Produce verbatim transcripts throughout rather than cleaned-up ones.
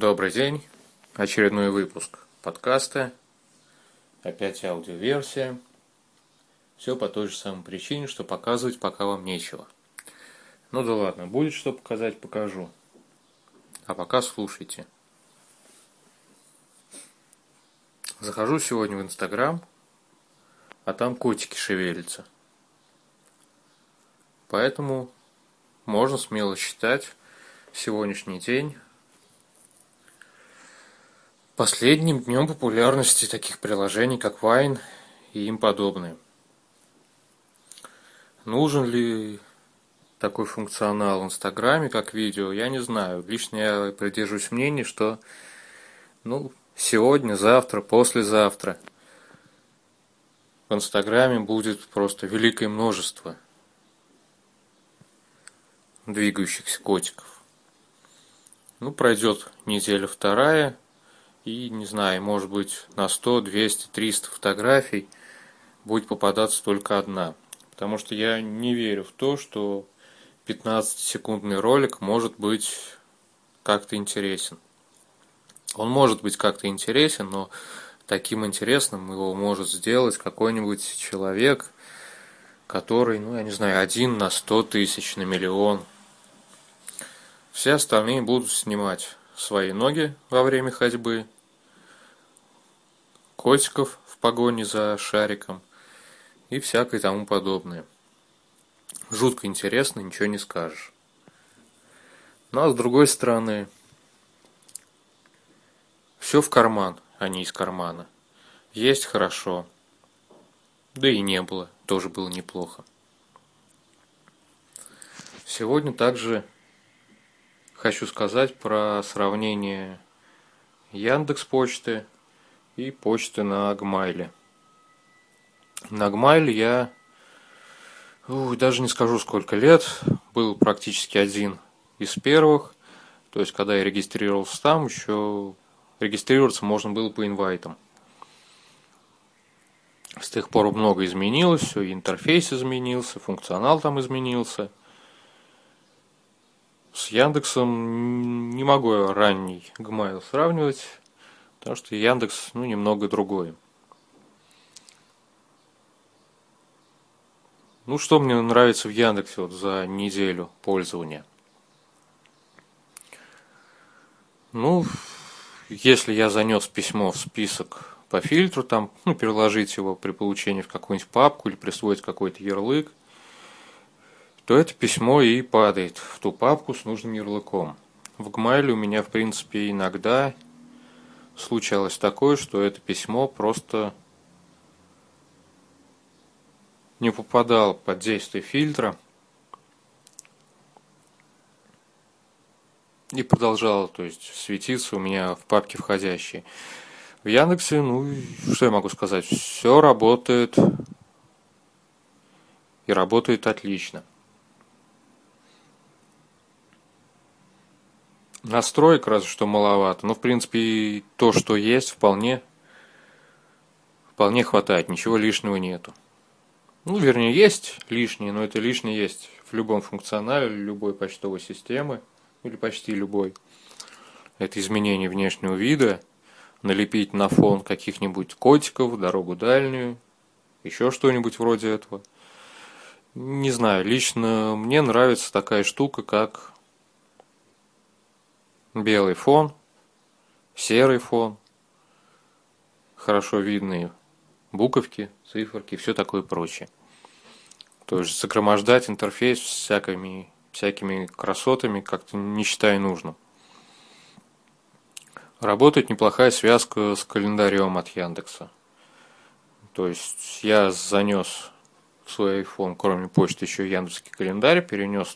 Добрый день, очередной выпуск подкаста, опять аудиоверсия. Все по той же самой причине, что показывать пока вам нечего. Ну да ладно, будет что показать, покажу. А пока слушайте. Захожу сегодня в Инстаграм, а там котики шевелятся. Поэтому можно смело считать сегодняшний день последним днем популярности таких приложений, как Vine и им подобные. Нужен ли такой функционал в Инстаграме, как видео, я не знаю. Лично я придерживаюсь мнения, что ну, сегодня, завтра, послезавтра в Инстаграме будет просто великое множество двигающихся котиков. Ну, пройдет неделя вторая, и, не знаю, может быть, на сто, двести, триста фотографий будет попадаться только одна. Потому что я не верю в то, что пятнадцатисекундный ролик может быть как-то интересен. Он может быть как-то интересен, но таким интересным его может сделать какой-нибудь человек, который, ну, я не знаю, один на сто тысяч, на миллион. Все остальные будут снимать свои ноги во время ходьбы, котиков в погоне за шариком и всякое тому подобное. Жутко интересно, ничего не скажешь. Ну, а с другой стороны, все в карман, а не из кармана. Есть хорошо, да и не было, тоже было неплохо. Сегодня также хочу сказать про сравнение Яндекс.Почты и почты на Gmail. На Gmail я ух, даже не скажу сколько лет, был практически один из первых. То есть, когда я регистрировался там, еще регистрироваться можно было по инвайтам. С тех пор много изменилось, все, интерфейс изменился, функционал там изменился. С Яндексом не могу я ранний Gmail сравнивать, потому что Яндекс, ну, немного другой. Ну, что мне нравится в Яндексе вот за неделю пользования? Ну, если я занес письмо в список по фильтру, там, ну, переложить его при получении в какую-нибудь папку или присвоить какой-то ярлык, то это письмо и падает в ту папку с нужным ярлыком. В Gmail у меня, в принципе, иногда случалось такое, что это письмо просто не попадало под действие фильтра и продолжало, то есть, светиться у меня в папке входящей. В Яндексе, ну, что я могу сказать, все работает и работает отлично. Настроек разве что маловато, но в принципе и то, что есть, вполне, вполне хватает, ничего лишнего нету. Ну, вернее, есть лишнее, но это лишнее есть в любом функционале, любой почтовой системы, или почти любой. Это изменение внешнего вида, налепить на фон каких-нибудь котиков, дорогу дальнюю, еще что-нибудь вроде этого. Не знаю, лично мне нравится такая штука, как белый фон, серый фон, хорошо видные буковки, циферки, все такое прочее. То есть загромождать интерфейс всякими, всякими красотами как-то не считаю нужным. Работает неплохая связка с календарем от Яндекса. То есть я занес в свой iPhone, кроме почты, еще яндексский календарь, перенес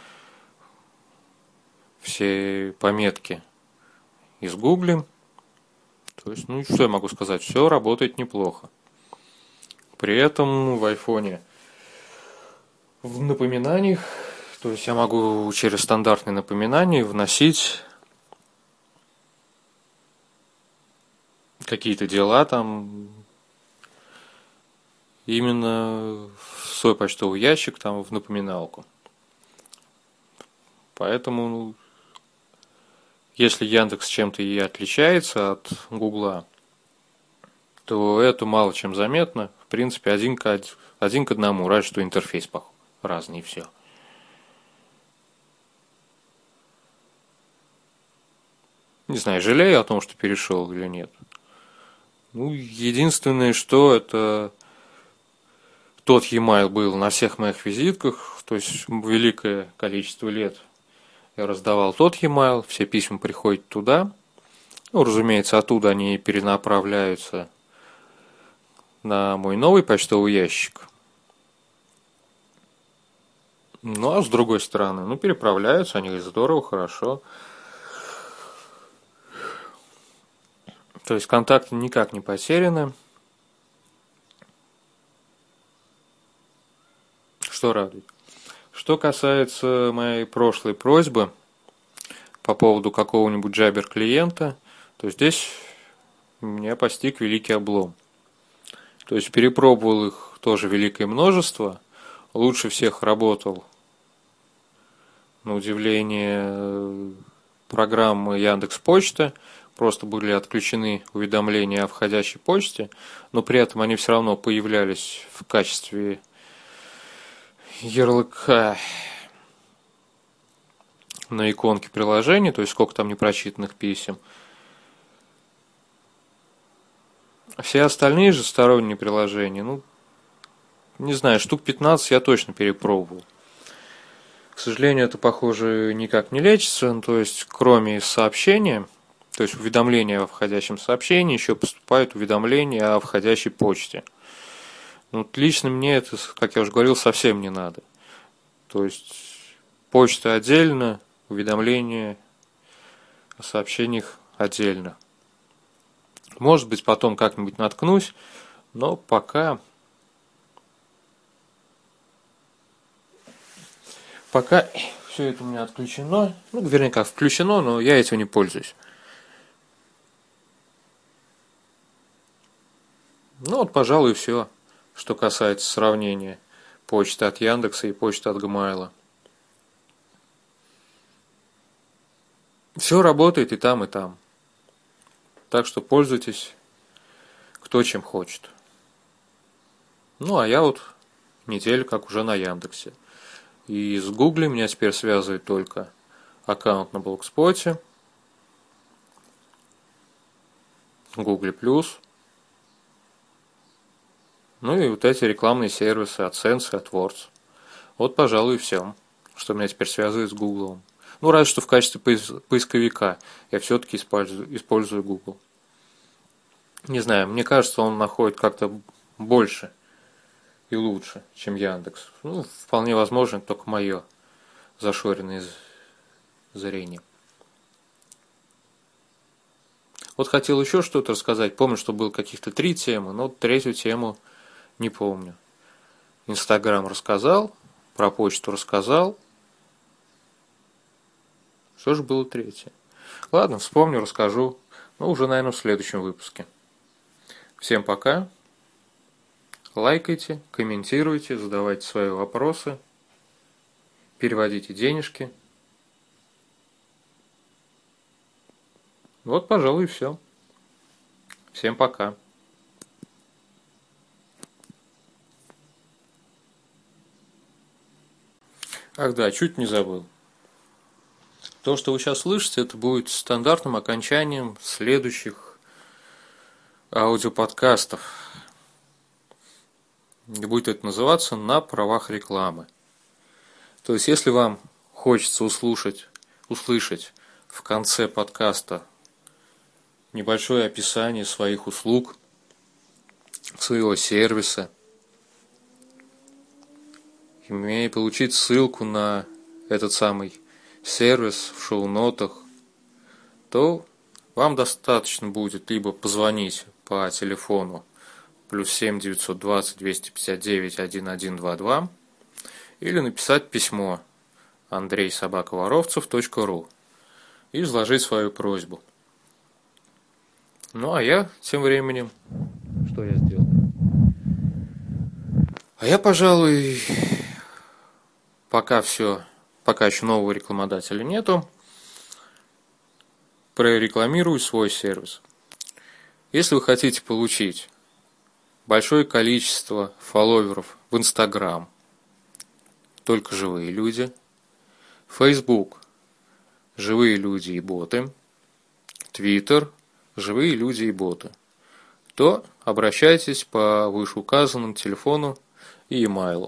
все пометки из Гугли. То есть, ну что я могу сказать, все работает неплохо. При этом в айфоне в напоминаниях, то есть я могу через стандартные напоминания вносить какие-то дела там именно в свой почтовый ящик, там в напоминалку. Поэтому Если Яндекс чем-то и отличается от Гугла, то это мало чем заметно. В принципе, один к, один к одному, разве что интерфейс разный и все. Не знаю, жалею о том, что перешел или нет. Ну, единственное, что это тот e-mail был на всех моих визитках, то есть великое количество лет я раздавал тот e-mail, все письма приходят туда. Ну, разумеется, оттуда они перенаправляются на мой новый почтовый ящик. Ну, а с другой стороны, ну, переправляются они здорово, хорошо. То есть контакты никак не потеряны. Что радует. Что касается моей прошлой просьбы по поводу какого-нибудь джабер клиента, то здесь меня постиг великий облом. То есть перепробовал их тоже великое множество. Лучше всех работал, на удивление, программы Яндекс.Почта. Просто были отключены уведомления о входящей почте, но при этом они все равно появлялись в качестве ярлыка на иконке приложения, то есть сколько там непрочитанных писем. Все остальные же сторонние приложения, ну, не знаю, штук пятнадцать я точно перепробовал. К сожалению, это, похоже, никак не лечится, ну, то есть кроме сообщения, то есть уведомления о входящем сообщении, еще поступают уведомления о входящей почте. Ну, лично мне это, как я уже говорил, совсем не надо. То есть почта отдельно, уведомления о сообщениях отдельно. Может быть, потом как-нибудь наткнусь, но пока... Пока все это у меня отключено. Ну, вернее, как включено, но я этим не пользуюсь. Ну, вот, пожалуй, все, что касается сравнения почты от Яндекса и почты от Gmail. Все работает и там, и там. Так что пользуйтесь кто чем хочет. Ну, а я вот неделю как уже на Яндексе. И с Гуглой меня теперь связывает только аккаунт на Блогспоте, Google плюс, ну и вот эти рекламные сервисы от Sense, от Words. Вот, пожалуй, и все, что меня теперь связывает с Гуглом. Ну, разве что в качестве поисковика я все-таки использую, использую Google. Не знаю, мне кажется, он находит как-то больше и лучше, чем Яндекс. Ну, вполне возможно, только мое зашоренное зрение. Вот хотел еще что-то рассказать. Помню, что было каких-то три темы, но третью тему не помню. Инстаграм рассказал, про почту рассказал. Что же было третье? Ладно, вспомню, расскажу. Ну, уже, наверное, в следующем выпуске. Всем пока. Лайкайте, комментируйте, задавайте свои вопросы. Переводите денежки. Вот, пожалуй, и все. Всем пока. Ах да, чуть не забыл. То, что вы сейчас слышите, это будет стандартным окончанием следующих аудиоподкастов. И будет это называться «На правах рекламы». То есть, если вам хочется услышать, услышать в конце подкаста небольшое описание своих услуг, своего сервиса, имея получить ссылку на этот самый сервис в шоу-нотах, то вам достаточно будет либо позвонить по телефону плюс семь девятьсот двадцать двести пятьдесят девять один один два два или написать письмо андрей собака воровцев точка ру и изложить свою просьбу. Ну, а я тем временем... Что я сделал? А я, пожалуй, пока все, пока еще нового рекламодателя нету, прорекламирую свой сервис. Если вы хотите получить большое количество фолловеров в Инстаграм, только живые люди, Facebook – живые люди и боты, Твиттер – живые люди и боты, то обращайтесь по вышеуказанному телефону и имейлу.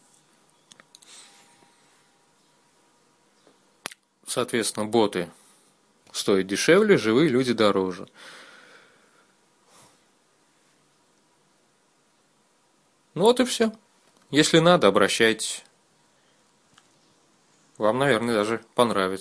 Соответственно, боты стоят дешевле, живые люди дороже. Ну вот и все. Если надо, обращайтесь. Вам, наверное, даже понравится.